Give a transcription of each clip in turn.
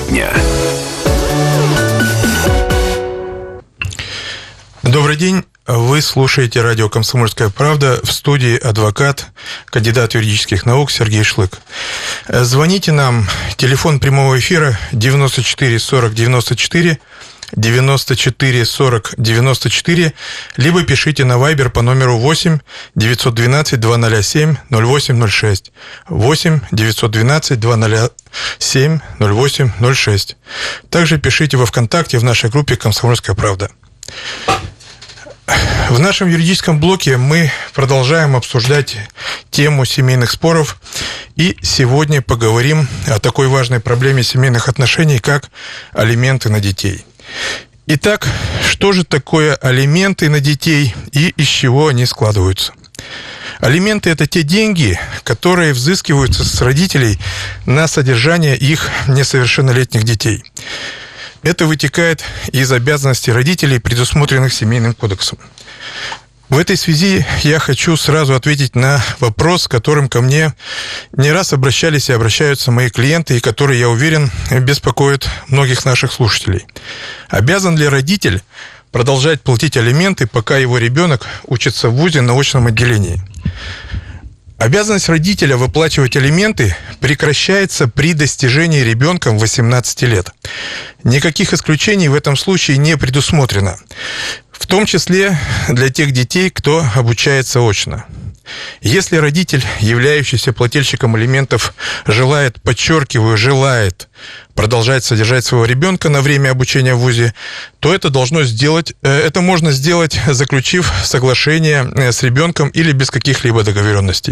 дня. Добрый день. Вы слушаете радио «Комсомольская правда», в студии адвокат, кандидат юридических наук Сергей Шлык. Звоните нам, телефон прямого эфира 94 40 94, 94 40 94, либо пишите на Viber по номеру 8 912 207 0806, 8 912 207 0806. Также пишите во ВКонтакте в нашей группе «Комсомольская правда». В нашем юридическом блоке мы продолжаем обсуждать тему семейных споров, и сегодня поговорим о такой важной проблеме семейных отношений, как алименты на детей. Итак, что же такое алименты на детей и из чего они складываются? Алименты – это те деньги, которые взыскиваются с родителей на содержание их несовершеннолетних детей. Это вытекает из обязанностей родителей, предусмотренных Семейным кодексом. В этой связи я хочу сразу ответить на вопрос, с которым ко мне не раз обращались и обращаются мои клиенты, и который, я уверен, беспокоит многих наших слушателей. Обязан ли родитель продолжать платить алименты, пока его ребенок учится в вузе на очном отделении? Обязанность родителя выплачивать алименты прекращается при достижении ребенком 18 лет. Никаких исключений в этом случае не предусмотрено, в том числе для тех детей, кто обучается очно. Если родитель, являющийся плательщиком алиментов, желает, подчеркиваю, желает продолжать содержать своего ребенка на время обучения в вузе, то это можно сделать, заключив соглашение с ребенком или без каких-либо договоренностей.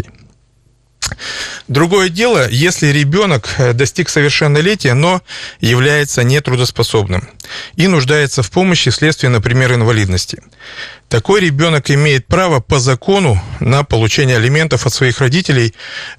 Другое дело, если ребенок достиг совершеннолетия, но является нетрудоспособным и нуждается в помощи вследствие, например, инвалидности. Такой ребенок имеет право по закону на получение алиментов от своих родителей,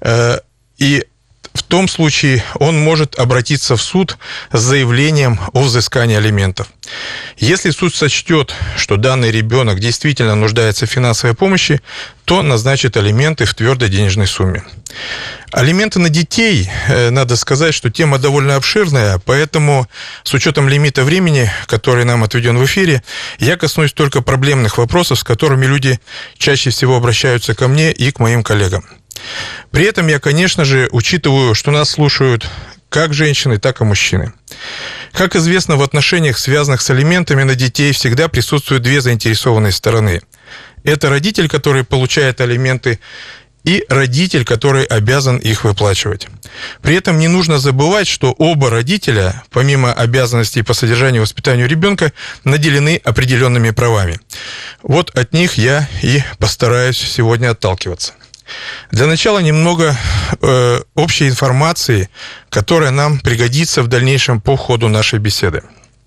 и в том случае он может обратиться в суд с заявлением о взыскании алиментов. Если суд сочтет, что данный ребенок действительно нуждается в финансовой помощи, то назначит алименты в твердой денежной сумме. Алименты на детей, надо сказать, что тема довольно обширная, поэтому с учетом лимита времени, который нам отведен в эфире, я коснусь только проблемных вопросов, с которыми люди чаще всего обращаются ко мне и к моим коллегам. При этом я, конечно же, учитываю, что нас слушают как женщины, так и мужчины. Как известно, в отношениях, связанных с алиментами на детей, всегда присутствуют две заинтересованные стороны. Это родитель, который получает алименты, и родитель, который обязан их выплачивать. При этом не нужно забывать, что оба родителя, помимо обязанностей по содержанию и воспитанию ребенка, наделены определенными правами. Вот от них я и постараюсь сегодня отталкиваться. Для начала немного общей информации, которая нам пригодится в дальнейшем по ходу нашей беседы.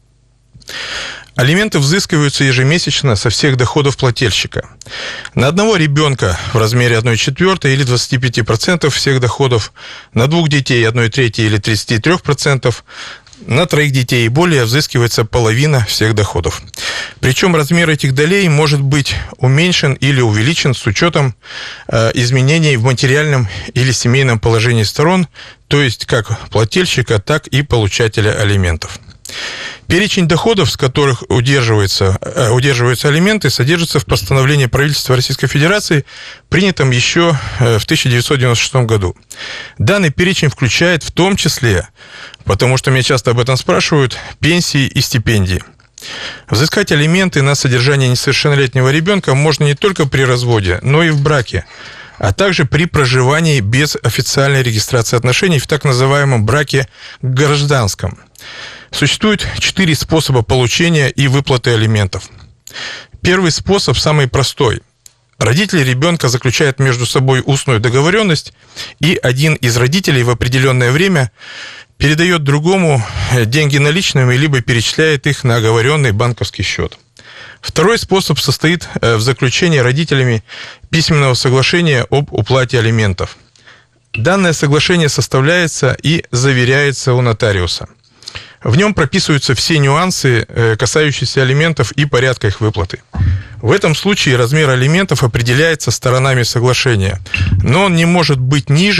Алименты взыскиваются ежемесячно со всех доходов плательщика. На одного ребенка в размере 1/4 или 25% всех доходов, на двух детей 1/3 или 33%, на троих детей и более взыскивается половина всех доходов. Причем размер этих долей может быть уменьшен или увеличен с учетом изменений в материальном или семейном положении сторон, то есть как плательщика, так и получателя алиментов. Перечень доходов, с которых удерживаются алименты, содержится в постановлении правительства Российской Федерации, принятом еще в 1996 году. Данный перечень включает в том числе, потому что меня часто об этом спрашивают, пенсии и стипендии. Взыскать алименты на содержание несовершеннолетнего ребенка можно не только при разводе, но и в браке, а также при проживании без официальной регистрации отношений в так называемом браке гражданском. Существует 4 способа получения и выплаты алиментов. Первый способ самый простой. Родители ребенка заключают между собой устную договоренность, и один из родителей в определенное время передает другому деньги наличными, либо перечисляет их на оговоренный банковский счет. Второй способ состоит в заключении родителями письменного соглашения об уплате алиментов. Данное соглашение составляется и заверяется у нотариуса. В нем прописываются все нюансы, касающиеся алиментов и порядка их выплаты. В этом случае размер алиментов определяется сторонами соглашения, но он не может быть ниже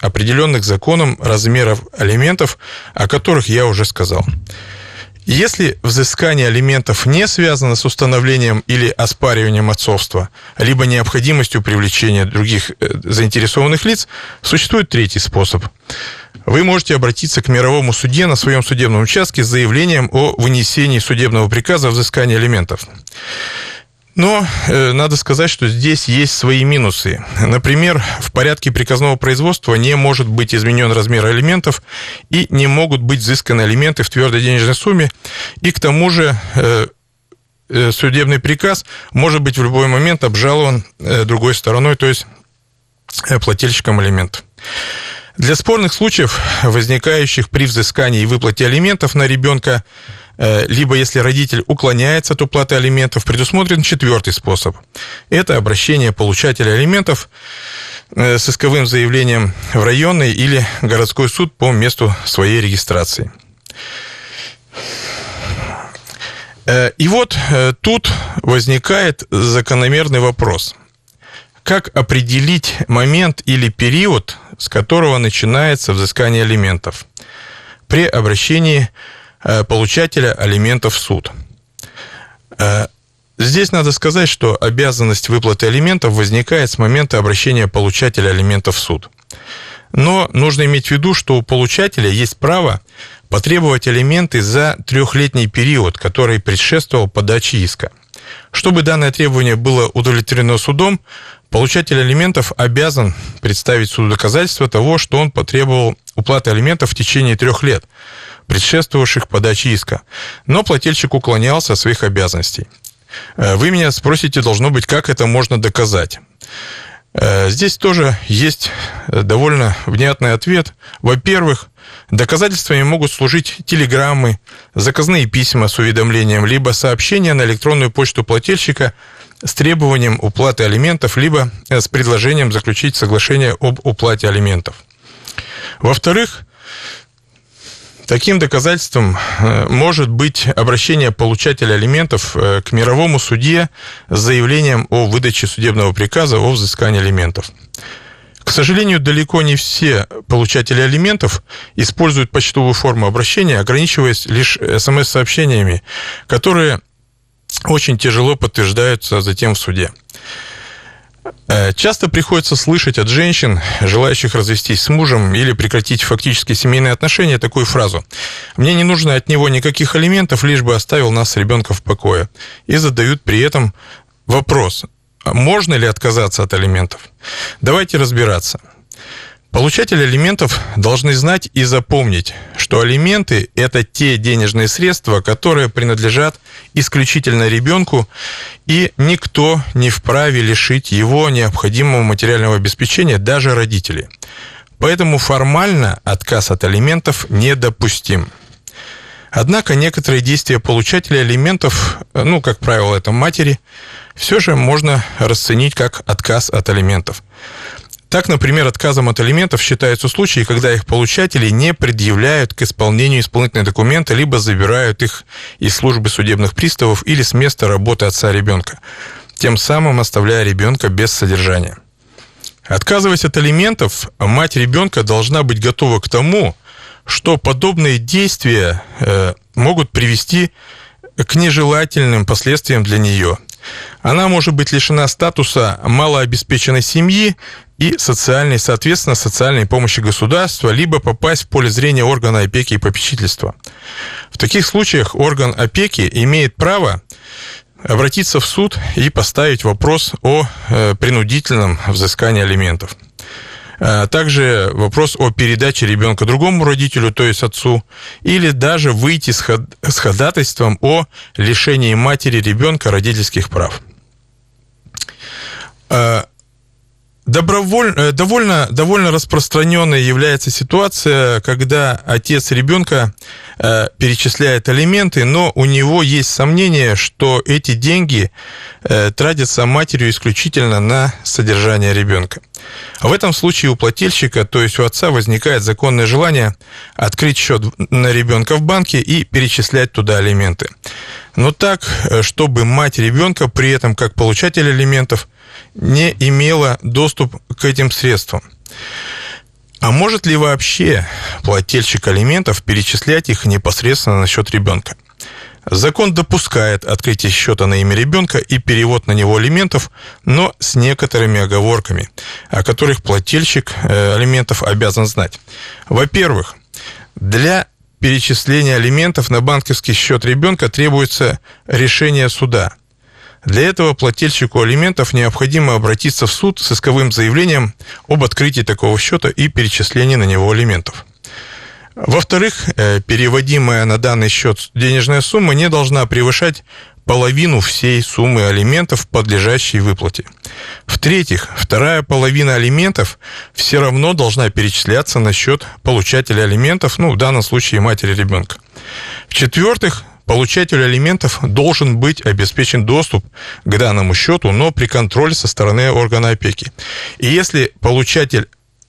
определенных законом размеров алиментов, о которых я уже сказал. Если взыскание алиментов не связано с установлением или оспариванием отцовства, либо необходимостью привлечения других заинтересованных лиц, существует третий способ. Вы можете обратиться к мировому судье на своем судебном участке с заявлением о вынесении судебного приказа о взыскании алиментов. Но надо сказать, что здесь есть свои минусы. Например, в порядке приказного производства не может быть изменен размер алиментов и не могут быть взысканы алименты в твердой денежной сумме. И к тому же судебный приказ может быть в любой момент обжалован другой стороной, то есть плательщиком алиментов. Для спорных случаев, возникающих при взыскании и выплате алиментов на ребенка, либо если родитель уклоняется от уплаты алиментов, предусмотрен четвертый способ. Это обращение получателя алиментов с исковым заявлением в районный или городской суд по месту своей регистрации. И вот тут возникает закономерный вопрос. Как определить момент или период, с которого начинается взыскание алиментов при обращении получателя алиментов в суд? Здесь надо сказать, что обязанность выплаты алиментов возникает с момента обращения получателя алиментов в суд. Но нужно иметь в виду, что у получателя есть право потребовать алименты за 3-летний период, который предшествовал подаче иска. Чтобы данное требование было удовлетворено судом, получатель алиментов обязан представить суду доказательства того, что он потребовал уплаты алиментов в течение 3 лет, предшествовавших подаче иска. Но плательщик уклонялся от своих обязанностей. Вы меня спросите, должно быть, как это можно доказать? Здесь тоже есть довольно внятный ответ. Во-первых, доказательствами могут служить телеграммы, заказные письма с уведомлением, либо сообщения на электронную почту плательщика с требованием уплаты алиментов, либо с предложением заключить соглашение об уплате алиментов. Во-вторых, таким доказательством может быть обращение получателя алиментов к мировому судье с заявлением о выдаче судебного приказа о взыскании алиментов. К сожалению, далеко не все получатели алиментов используют почтовую форму обращения, ограничиваясь лишь СМС-сообщениями, которые очень тяжело подтверждаются затем в суде. Часто приходится слышать от женщин, желающих развестись с мужем или прекратить фактически семейные отношения, такую фразу: «Мне не нужно от него никаких алиментов, лишь бы оставил нас с ребенком в покое». И задают при этом вопрос: можно ли отказаться от алиментов? Давайте разбираться. Получатели алиментов должны знать и запомнить, что алименты – это те денежные средства, которые принадлежат исключительно ребенку, и никто не вправе лишить его необходимого материального обеспечения, даже родители. Поэтому формально отказ от алиментов недопустим. Однако некоторые действия получателя алиментов, как правило, это матери, все же можно расценить как отказ от алиментов. Так, например, отказом от алиментов считаются случаи, когда их получатели не предъявляют к исполнению исполнительные документы, либо забирают их из службы судебных приставов или с места работы отца ребенка, тем самым оставляя ребенка без содержания. Отказываясь от алиментов, мать ребенка должна быть готова к тому, что подобные действия могут привести к нежелательным последствиям для нее. Она может быть лишена статуса малообеспеченной семьи и соответственно, социальной помощи государства, либо попасть в поле зрения органа опеки и попечительства. В таких случаях орган опеки имеет право обратиться в суд и поставить вопрос о принудительном взыскании алиментов. Также вопрос о передаче ребенка другому родителю, то есть отцу, или даже выйти с ходатайством о лишении матери ребенка родительских прав. Довольно распространенной является ситуация, когда отец ребенка перечисляет алименты, но у него есть сомнение, что эти деньги тратятся матерью исключительно на содержание ребенка. В этом случае у плательщика, то есть у отца, возникает законное желание открыть счет на ребенка в банке и перечислять туда алименты. Но так, чтобы мать ребенка при этом, как получатель алиментов, не имела доступ к этим средствам. А может ли вообще плательщик алиментов перечислять их непосредственно на счет ребенка? Закон допускает открытие счета на имя ребенка и перевод на него алиментов, но с некоторыми оговорками, о которых плательщик алиментов обязан знать. Во-первых, для перечисления алиментов на банковский счет ребенка требуется решение суда. Для этого плательщику алиментов необходимо обратиться в суд с исковым заявлением об открытии такого счета и перечислении на него алиментов. Во-вторых, переводимая на данный счет денежная сумма не должна превышать половину всей суммы алиментов, подлежащей выплате. В-третьих, вторая половина алиментов все равно должна перечисляться на счет получателя алиментов, в данном случае матери ребенка. В-четвертых, получателю алиментов должен быть обеспечен доступ к данному счету, но при контроле со стороны органа опеки. И если получатель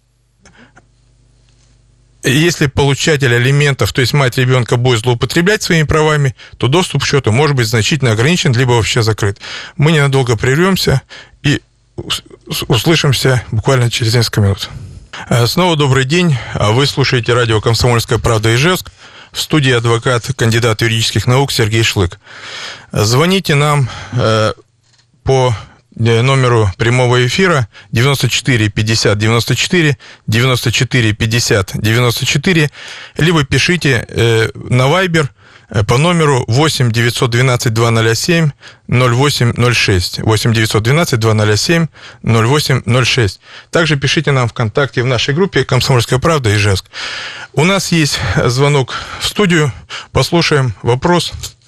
алиментов, то есть мать ребенка, будет злоупотреблять своими правами, то доступ к счету может быть значительно ограничен, либо вообще закрыт. Мы ненадолго прервемся и услышимся буквально через несколько минут. Снова добрый день. Вы слушаете радио «Комсомольская правда» Ижевск. В студии адвокат, кандидат юридических наук Сергей Шлык. Звоните нам по номеру прямого эфира 94 50 94, 94 50 94, либо пишите на Viber по номеру 8 912 207 0806, 8 912 207 0806. Также пишите нам ВКонтакте в нашей группе «Комсомольская правда» Ижевск. У нас есть звонок в студию. Послушаем вопрос.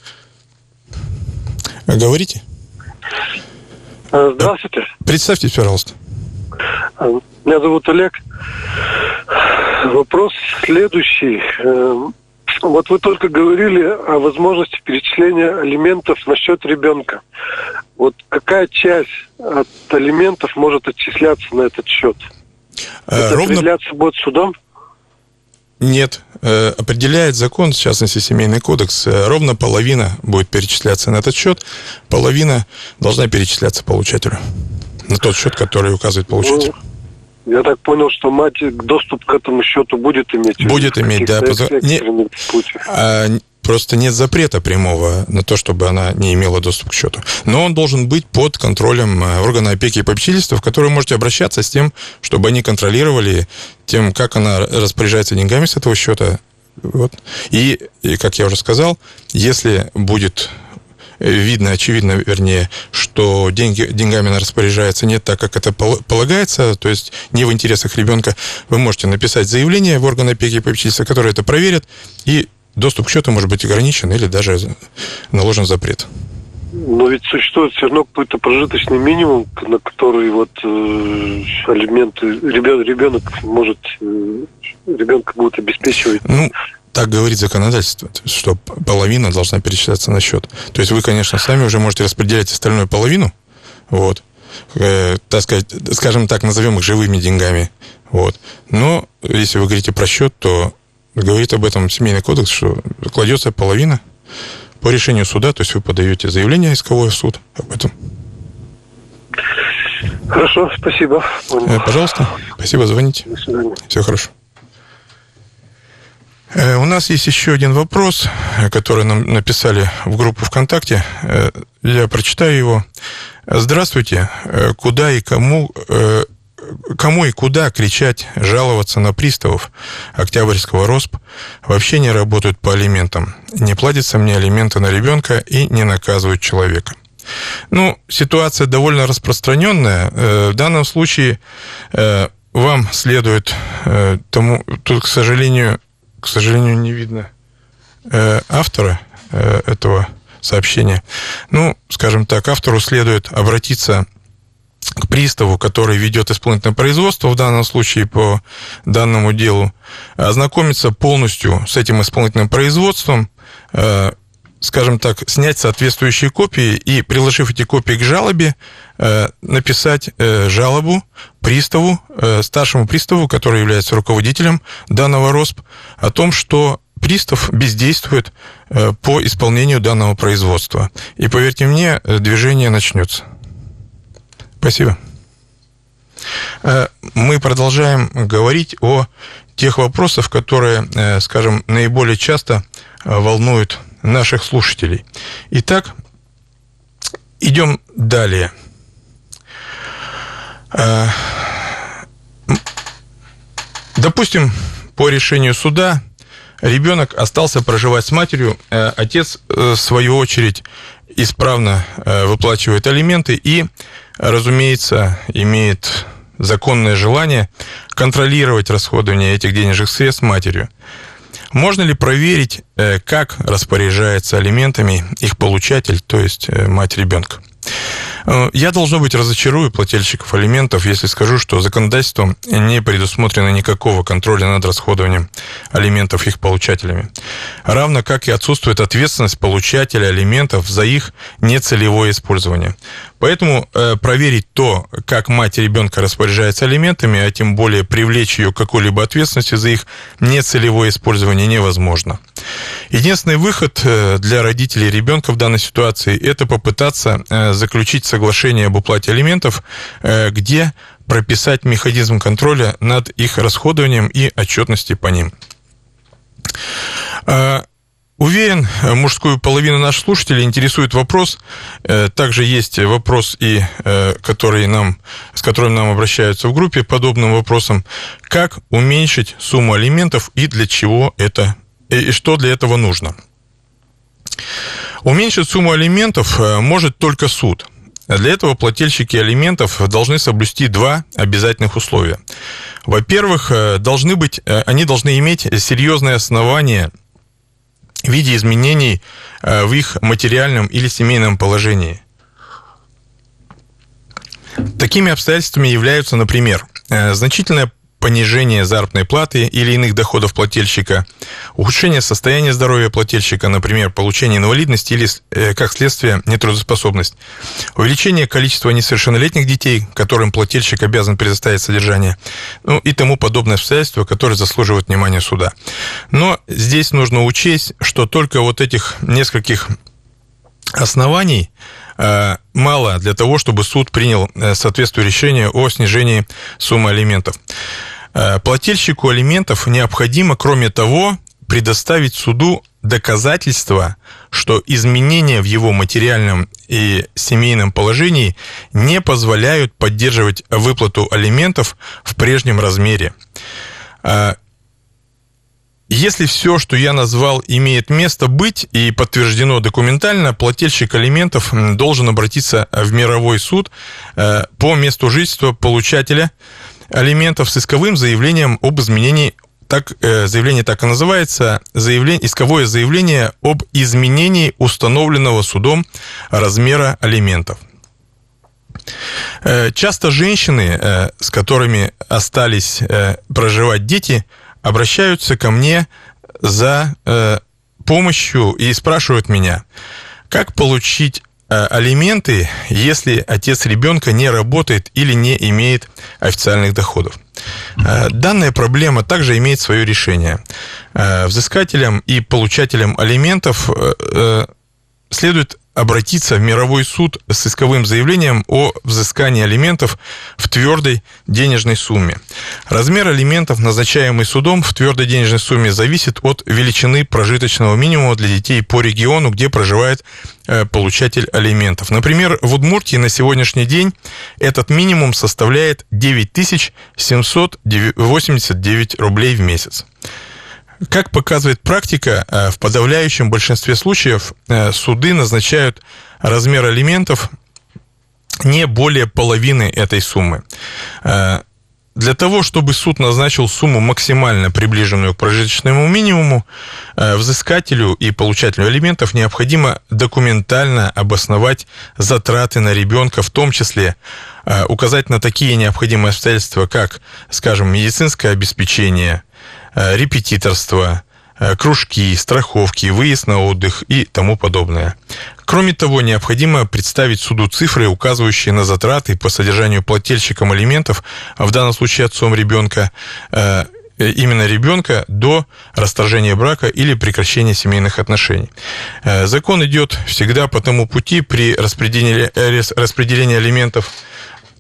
Говорите. Здравствуйте. Представьтесь, пожалуйста. Меня зовут Олег. Вопрос следующий. Вот вы только говорили о возможности перечисления алиментов на счет ребенка. Вот какая часть от алиментов может отчисляться на этот счет? Это определяться будет судом? Нет. Определяет закон, в частности, Семейный кодекс. Ровно половина будет перечисляться на этот счет, половина должна перечисляться получателю. На тот счет, который указывает получатель. Я так понял, что мать доступ к этому счету будет иметь. Будет иметь, да. Просто нет запрета прямого на то, чтобы она не имела доступ к счету. Но он должен быть под контролем органа опеки и попечительства, в который можете обращаться с тем, чтобы они контролировали тем, как она распоряжается деньгами с этого счета. Вот. И, как я уже сказал, если будет очевидно, что деньгами она распоряжается не так, как это полагается, то есть не в интересах ребенка, вы можете написать заявление в орган опеки и попечительства, который это проверит, и доступ к счету может быть ограничен или даже наложен запрет. Но ведь существует все равно какой-то прожиточный минимум, на который алименты ребенка будет обеспечивать. Так говорит законодательство, что половина должна перечисляться на счет. То есть вы, конечно, сами уже можете распределять остальную половину, так сказать, скажем так, назовем их живыми деньгами. Но если вы говорите про счет, то говорит об этом Семейный кодекс, что кладется половина по решению суда, то есть вы подаете заявление исковое в суд об этом. Хорошо, спасибо. Пожалуйста, спасибо, звоните. До свидания. Все хорошо. У нас есть еще один вопрос, который нам написали в группу ВКонтакте. Я прочитаю его. Здравствуйте. Куда и кому и куда кричать, жаловаться на приставов Октябрьского РОСП? Вообще не работают по алиментам. Не платятся мне алименты на ребенка и не наказывают человека. Ситуация довольно распространенная. В данном случае вам следует тут, к сожалению, не видно автора этого сообщения. Скажем так, автору следует обратиться к приставу, который ведет исполнительное производство, в данном случае по данному делу, ознакомиться полностью с этим исполнительным производством, скажем так, снять соответствующие копии и, приложив эти копии к жалобе, написать жалобу приставу, старшему приставу, который является руководителем данного РОСП, о том, что пристав бездействует по исполнению данного производства. И, поверьте мне, движение начнется. Спасибо. Мы мы продолжаем говорить о тех вопросах, которые, скажем, наиболее часто волнуют наших слушателей. Итак, идем далее. Допустим, по решению суда ребенок остался проживать с матерью, отец, в свою очередь, исправно выплачивает алименты и, разумеется, имеет законное желание контролировать расходование этих денежных средств матерью. Можно ли проверить, как распоряжается алиментами их получатель, то есть мать ребенка? Я, должно быть, разочарую плательщиков алиментов, если скажу, что законодательством не предусмотрено никакого контроля над расходованием алиментов их получателями. Равно как и отсутствует ответственность получателя алиментов за их нецелевое использование. Поэтому проверить то, как мать ребенка распоряжается алиментами, а тем более привлечь ее к какой-либо ответственности за их нецелевое использование, невозможно. Единственный выход для родителей ребенка в данной ситуации – это попытаться заключить соглашение об уплате алиментов, где прописать механизм контроля над их расходованием и отчетности по ним. Уверен, мужскую половину наших слушателей интересует вопрос. Также есть вопрос, с которым нам обращаются в группе подобным вопросом. Как уменьшить сумму алиментов и для чего это, и что для этого нужно? Уменьшить сумму алиментов может только суд. Для этого плательщики алиментов должны соблюсти два обязательных условия. Во-первых, они должны иметь серьезные основания в виде изменений в их материальном или семейном положении. Такими обстоятельствами являются, например, значительное понижение заработной платы или иных доходов плательщика, ухудшение состояния здоровья плательщика, например, получение инвалидности или, как следствие, нетрудоспособность, увеличение количества несовершеннолетних детей, которым плательщик обязан предоставить содержание, и тому подобные обстоятельства, которые заслуживают внимания суда. Но здесь нужно учесть, что только вот этих нескольких оснований мало для того, чтобы суд принял соответствующее решение о снижении суммы алиментов. Плательщику алиментов необходимо, кроме того, предоставить суду доказательства, что изменения в его материальном и семейном положении не позволяют поддерживать выплату алиментов в прежнем размере. Если все, что я назвал, имеет место быть и подтверждено документально, плательщик алиментов должен обратиться в мировой суд по месту жительства получателя алиментов с исковым заявлением об изменении, заявление так и называется, исковое заявление об изменении установленного судом размера алиментов. Часто женщины, с которыми остались проживать дети, обращаются ко мне за помощью и спрашивают меня, как получить алименты, если отец ребенка не работает или не имеет официальных доходов. Данная проблема также имеет свое решение. Взыскателям и получателям алиментов следует обратиться в мировой суд с исковым заявлением о взыскании алиментов в твердой денежной сумме. Размер алиментов, назначаемый судом в твердой денежной сумме, зависит от величины прожиточного минимума для детей по региону, где проживает получатель алиментов. Например, в Удмуртии на сегодняшний день этот минимум составляет 9789 рублей в месяц. Как показывает практика, в подавляющем большинстве случаев суды назначают размер алиментов не более половины этой суммы. Для того, чтобы суд назначил сумму максимально приближенную к прожиточному минимуму, взыскателю и получателю алиментов необходимо документально обосновать затраты на ребенка, в том числе указать на такие необходимые обстоятельства, как, скажем, медицинское обеспечение, репетиторство, кружки, страховки, выезд на отдых и тому подобное. Кроме того, необходимо представить суду цифры, указывающие на затраты по содержанию плательщиком алиментов, в данном случае отцом ребенка, именно ребенка, до расторжения брака или прекращения семейных отношений. Закон идет всегда по тому пути при распределении алиментов.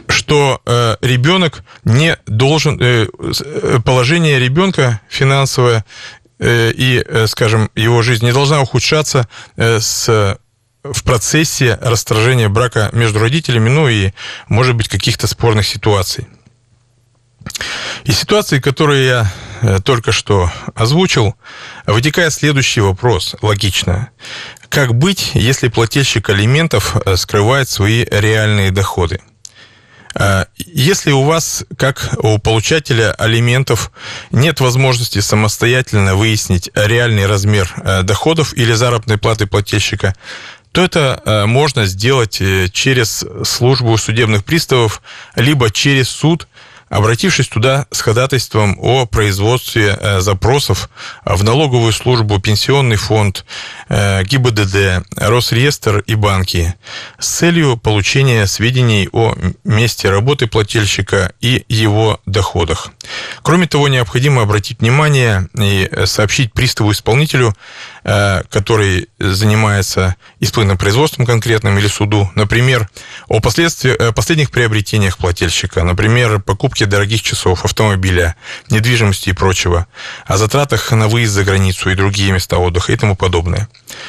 что ребенок не должен, положение ребенка финансовое и, скажем, его жизнь не должна ухудшаться в процессе расторжения брака между родителями, ну и, может быть, каких-то спорных ситуаций. Из ситуации, которую я только что озвучил, вытекает следующий вопрос, логично. Как быть, если плательщик алиментов скрывает свои реальные доходы? Если у вас, как у получателя алиментов, нет возможности самостоятельно выяснить реальный размер доходов или заработной платы плательщика, то это можно сделать через службу судебных приставов, либо через суд, обратившись туда с ходатайством о производстве запросов в налоговую службу, пенсионный фонд, ГИБДД, Росреестр и банки с целью получения сведений о месте работы плательщика и его доходах. Кроме того, необходимо обратить внимание и сообщить приставу-исполнителю, который занимается исполнительным производством конкретным или суду, например, о последних приобретениях плательщика, например, покупке дорогих часов, автомобиля, недвижимости и прочего, о затратах на выезд за границу и другие места отдыха и тому подобное.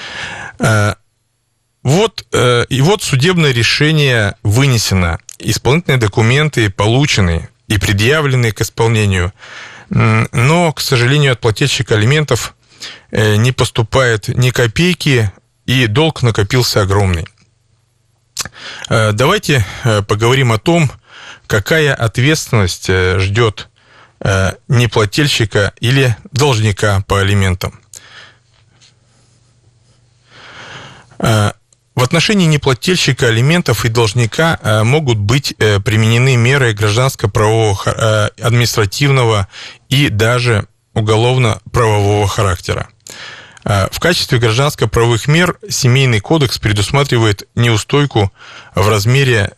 Вот судебное решение вынесено, исполнительные документы получены и предъявлены к исполнению, но, к сожалению, от плательщика алиментов не поступает ни копейки, и долг накопился огромный. Давайте поговорим о том, какая ответственность ждет неплательщика или должника по алиментам. В отношении неплательщика алиментов и должника могут быть применены меры гражданско-правового, административного и даже уголовно-правового характера. В качестве гражданско-правовых мер Семейный кодекс предусматривает неустойку в размере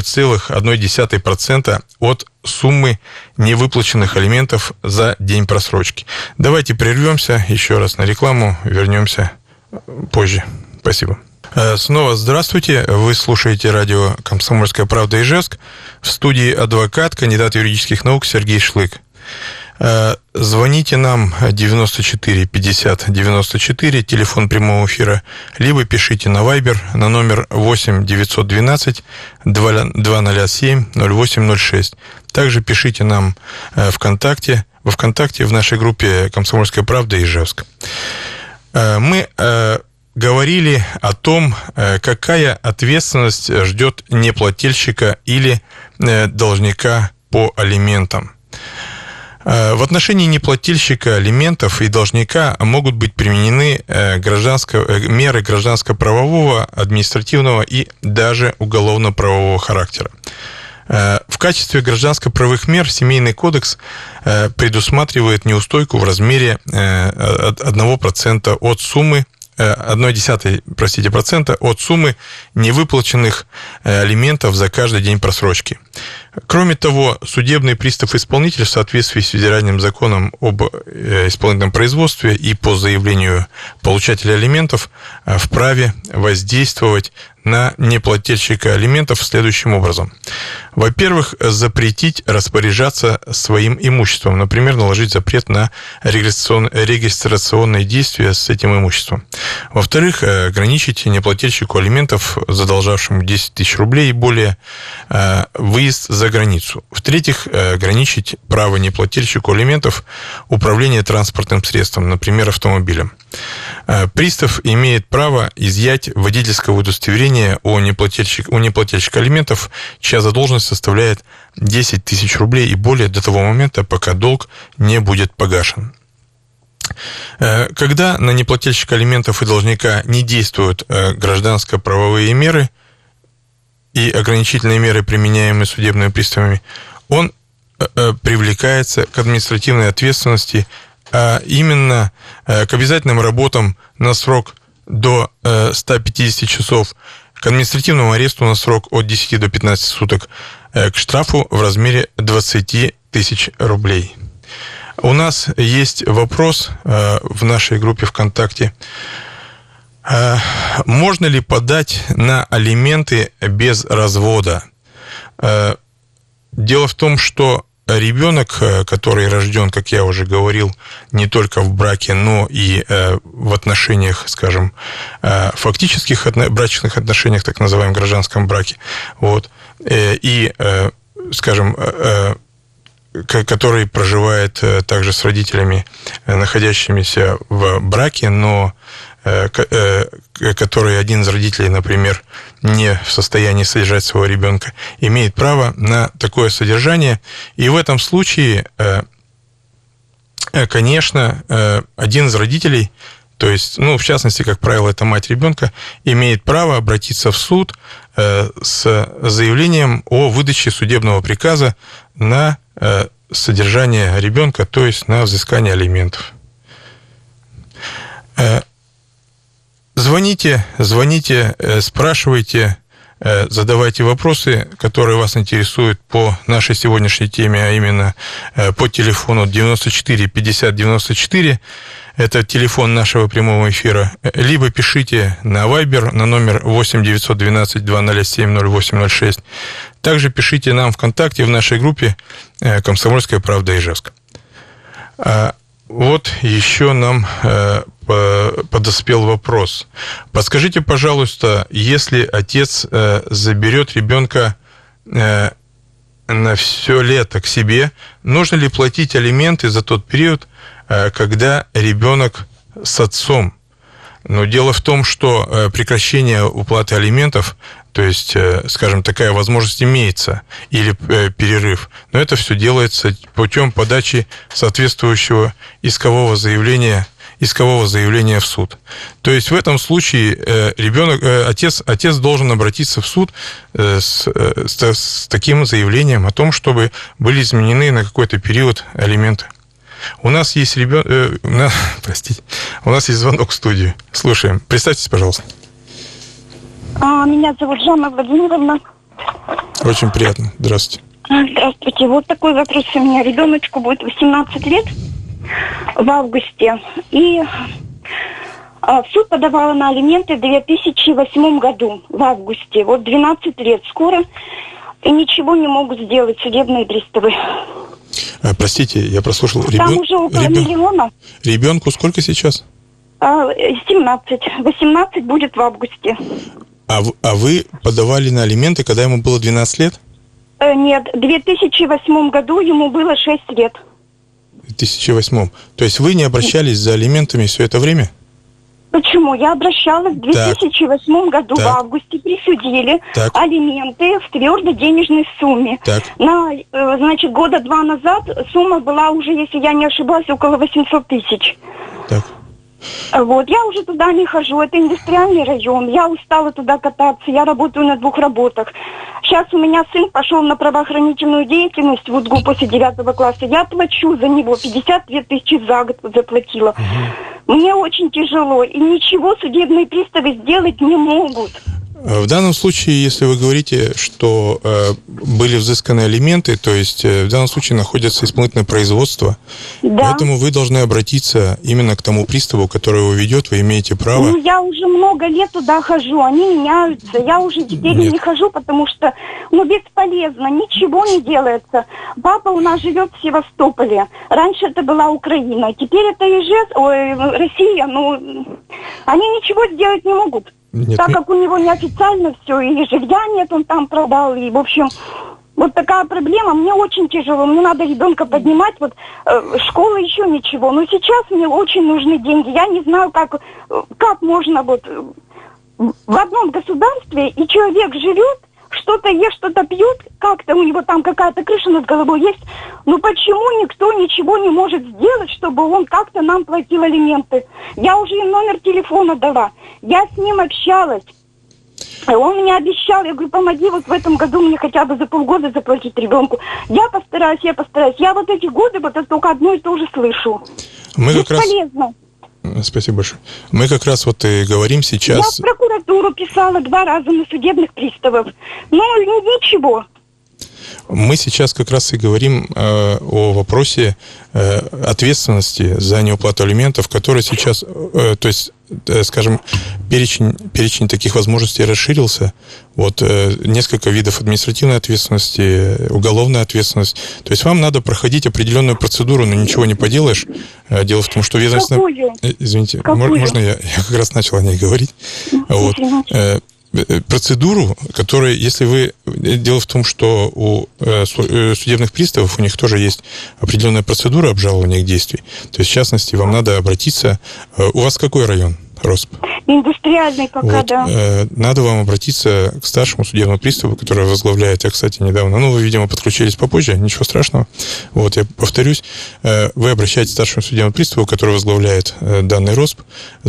0,1% от суммы невыплаченных алиментов за день просрочки. Давайте прервемся еще раз на рекламу, вернемся позже. Спасибо. Снова здравствуйте. Вы слушаете радио «Комсомольская правда» Ижевск. В студии адвокат, кандидат юридических наук Сергей Шлык. Звоните нам 94 50 94, телефон прямого эфира, либо пишите на Viber на номер 8 912 207 0806. Также пишите нам во ВКонтакте в нашей группе «Комсомольская правда» Ижевск. Мы говорили о том, какая ответственность ждет неплательщика или должника по алиментам. В отношении неплательщика алиментов и должника могут быть применены меры гражданско-правового, административного и даже уголовно-правового характера. В качестве гражданско-правовых мер Семейный кодекс предусматривает неустойку в размере 1% от суммы 0,1% от суммы невыплаченных алиментов за каждый день просрочки. Кроме того, судебный пристав-исполнитель в соответствии с федеральным законом об исполнительном производстве и по заявлению получателя алиментов вправе воздействовать на неплательщика алиментов следующим образом. Во-первых, запретить распоряжаться своим имуществом, например, наложить запрет на регистрационные действия с этим имуществом. Во-вторых, ограничить неплательщику алиментов, задолжавшему 10 тысяч рублей и более, выезд за границу. В-третьих, ограничить право неплательщику алиментов управления транспортным средством, например, автомобилем. Пристав имеет право изъять водительское удостоверение у неплательщика алиментов, чья задолженность составляет 10 тысяч рублей и более до того момента, пока долг не будет погашен. Когда на неплательщика алиментов и должника не действуют гражданско-правовые меры и ограничительные меры, применяемые судебными приставами, он привлекается к административной ответственности, а именно к обязательным работам на срок до 150 часов, к административному аресту на срок от 10 до 15 суток, к штрафу в размере 20 тысяч рублей. У нас есть вопрос в нашей группе ВКонтакте. Можно ли подать на алименты без развода? Дело в том, что ребенок, который рожден, как я уже говорил, не только в браке, но и в отношениях, скажем, фактических брачных отношениях, так называемом гражданском браке, вот, и, скажем, который проживает также с родителями, находящимися в браке, но который один из родителей, например, не в состоянии содержать своего ребенка, имеет право на такое содержание. И в этом случае, конечно, один из родителей, то есть, ну, в частности, как правило, это мать ребенка, имеет право обратиться в суд с заявлением о выдаче судебного приказа на содержание ребенка, то есть на взыскание алиментов. Звоните, спрашивайте, задавайте вопросы, которые вас интересуют по нашей сегодняшней теме, а именно по телефону 94 50 94. Это телефон нашего прямого эфира. Либо пишите на Viber на номер 8 912 207 0806. Также пишите нам ВКонтакте в нашей группе «Комсомольская правда» Ижевск. Вот еще нам подоспел вопрос. Подскажите, пожалуйста, если отец заберет ребенка на все лето к себе, нужно ли платить алименты за тот период, когда ребенок с отцом? Но дело в том, что прекращение уплаты алиментов, то есть, скажем, такая возможность имеется, или перерыв, но это все делается путем подачи соответствующего искового заявления в суд. То есть в этом случае отец должен обратиться в суд с таким заявлением о том, чтобы были изменены на какой-то период алименты. У нас есть у нас есть звонок в студию. Слушаем. Представьтесь, пожалуйста. Меня зовут Жанна Владимировна. Очень приятно. Здравствуйте. Здравствуйте. Вот такой вопрос у меня. Ребеночку будет 18 лет в августе. И в суд подавала на алименты в 2008 году, в августе. Вот 12 лет скоро. И ничего не могут сделать судебные приставы. Простите, я прослушал. Там уже около миллиона. Ребенку сколько сейчас? 17. 18 будет в августе. А вы подавали на алименты, когда ему было 12 лет? Нет, в 2008 году ему было 6 лет. В 2008. То есть вы не обращались за алиментами все это время? Почему? Я обращалась в 2008 году, в августе, присудили алименты в твердой денежной сумме. Значит, года 2 назад сумма была уже, если я не ошибаюсь, около 800 тысяч. Так. Вот, я уже туда не хожу, это индустриальный район, я устала туда кататься, я работаю на 2 работах. Сейчас у меня сын пошел на правоохранительную деятельность в УДГУ после 9 класса, я плачу за него, 52 тысячи за год заплатила. Мне очень тяжело, и ничего судебные приставы сделать не могут. В данном случае, если вы говорите, что были взысканы алименты, то есть в данном случае находится исполнительное производство, поэтому вы должны обратиться именно к тому приставу, который его ведет, вы имеете право. Ну, я уже много лет туда хожу, они меняются, я уже теперь не хожу, потому что, бесполезно, ничего не делается. Папа у нас живет в Севастополе, раньше это была Украина, теперь это Россия, они ничего сделать не могут. Нет, так как у него неофициально все, и жилья нет, он там продал, и, в общем, вот такая проблема, мне очень тяжело, мне надо ребенка поднимать, школа еще ничего, но сейчас мне очень нужны деньги, я не знаю, как можно в одном государстве, и человек живет, что-то ест, что-то пьет, как-то у него там какая-то крыша над головой есть, но почему никто ничего не может сделать, чтобы он как-то нам платил алименты? Я уже им номер телефона дала, я с ним общалась, он мне обещал, я говорю, помоги вот в этом году мне хотя бы за полгода заплатить ребенку. Я постараюсь, я вот эти годы только одно и то же слышу. Бесполезно. Спасибо большое. Мы как раз и говорим сейчас... Я в прокуратуру писала 2 раза на судебных приставов. Но ничего. Мы сейчас как раз и говорим о вопросе ответственности за неуплату алиментов, который сейчас, то есть, скажем, перечень таких возможностей расширился. Вот несколько видов административной ответственности, уголовная ответственность. То есть вам надо проходить определенную процедуру, но ничего не поделаешь. Дело в том, что ведомственная... Извините, можно я как раз начал о ней говорить? Вот. Процедуру, которая, если вы... Дело в том, что у судебных приставов у них тоже есть определенная процедура обжалования их действий. То есть, в частности, вам надо обратиться... У вас какой район, Росп? Индустриальный пока, вот, да. Надо вам обратиться к старшему судебному приставу, который возглавляет, я, кстати, недавно, вы, видимо, подключились попозже, ничего страшного. Вот, я повторюсь, вы обращаетесь к старшему судебному приставу, который возглавляет данный РОСП,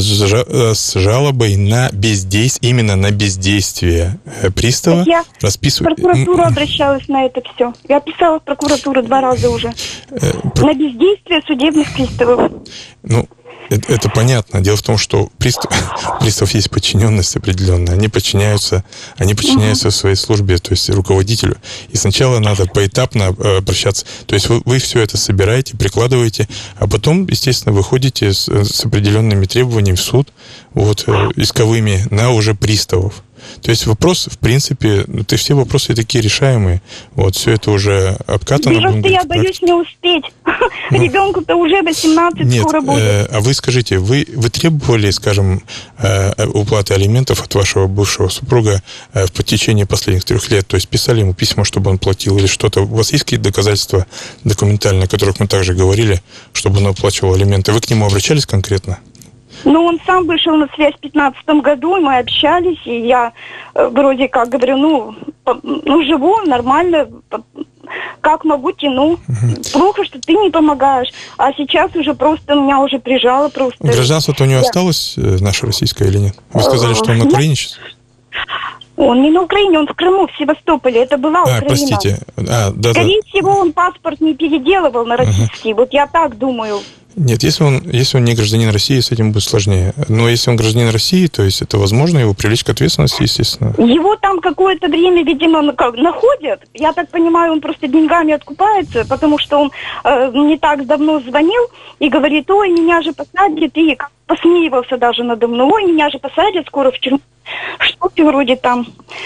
с жалобой на бездействие, именно на бездействие пристава. Я в прокуратуру обращалась на это все. Я писала в прокуратуру 2 раза уже. На бездействие судебных приставов. Это понятно. Дело в том, что пристав есть подчиненность определенная. Они подчиняются своей службе, то есть руководителю. И сначала надо поэтапно обращаться. То есть вы все это собираете, прикладываете, а потом, естественно, выходите с определенными требованиями в суд, вот, исковыми, на уже приставов. То есть вопрос, в принципе, все вопросы такие решаемые. Вот, все это уже обкатано. Просто я боюсь не успеть. Ребенку-то уже 18 скоро будет. А вы скажите, вы требовали, скажем, уплаты алиментов от вашего бывшего супруга в течение последних 3 лет? То есть писали ему письма, чтобы он платил или что-то? У вас есть какие-то доказательства документальные, о которых мы также говорили, чтобы он оплачивал алименты? Вы к нему обращались конкретно? Он сам вышел на связь в 2015 году, и мы общались, и я вроде как говорю, живу, нормально, как могу, тяну. Плохо, что ты не помогаешь. А сейчас уже просто меня уже прижало просто. Гражданство-то у него осталось наше российское или нет? Вы сказали, что он на Украине сейчас? Он не на Украине, он в Крыму, в Севастополе. Это была Украина. Простите. Скорее всего, он паспорт не переделывал на российский. Вот я так думаю. Нет, если он не гражданин России, с этим будет сложнее. Но если он гражданин России, то есть это возможно его привлечь к ответственности, естественно. Его там какое-то время, видимо, находят. Я так понимаю, он просто деньгами откупается, потому что он не так давно звонил и говорит: ой, меня же посадят, и посмеивался даже надо мной: ой, меня же посадят скоро в тюрьму. Что-то вроде там.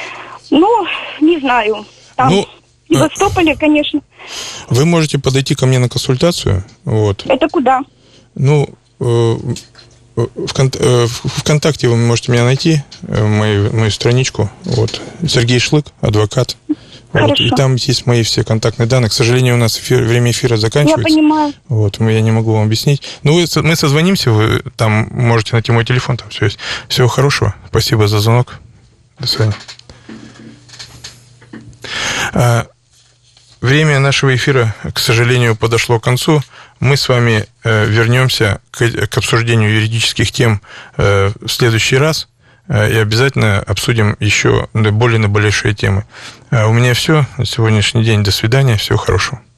Не знаю. Там... В Севастополе, конечно. Вы можете подойти ко мне на консультацию. Вот. Это куда? ВКонтакте вы можете меня найти, мою страничку. Вот. Сергей Шлык, адвокат. Вот. И там есть мои все контактные данные. К сожалению, у нас время эфира заканчивается. Я понимаю. Вот, я не могу вам объяснить. Мы созвонимся, вы там можете найти мой телефон, там все есть. Всего хорошего. Спасибо за звонок. До свидания. Время нашего эфира, к сожалению, подошло к концу. Мы с вами вернемся к обсуждению юридических тем в следующий раз и обязательно обсудим еще более наболевшие темы. У меня все на сегодняшний день. До свидания. Всего хорошего.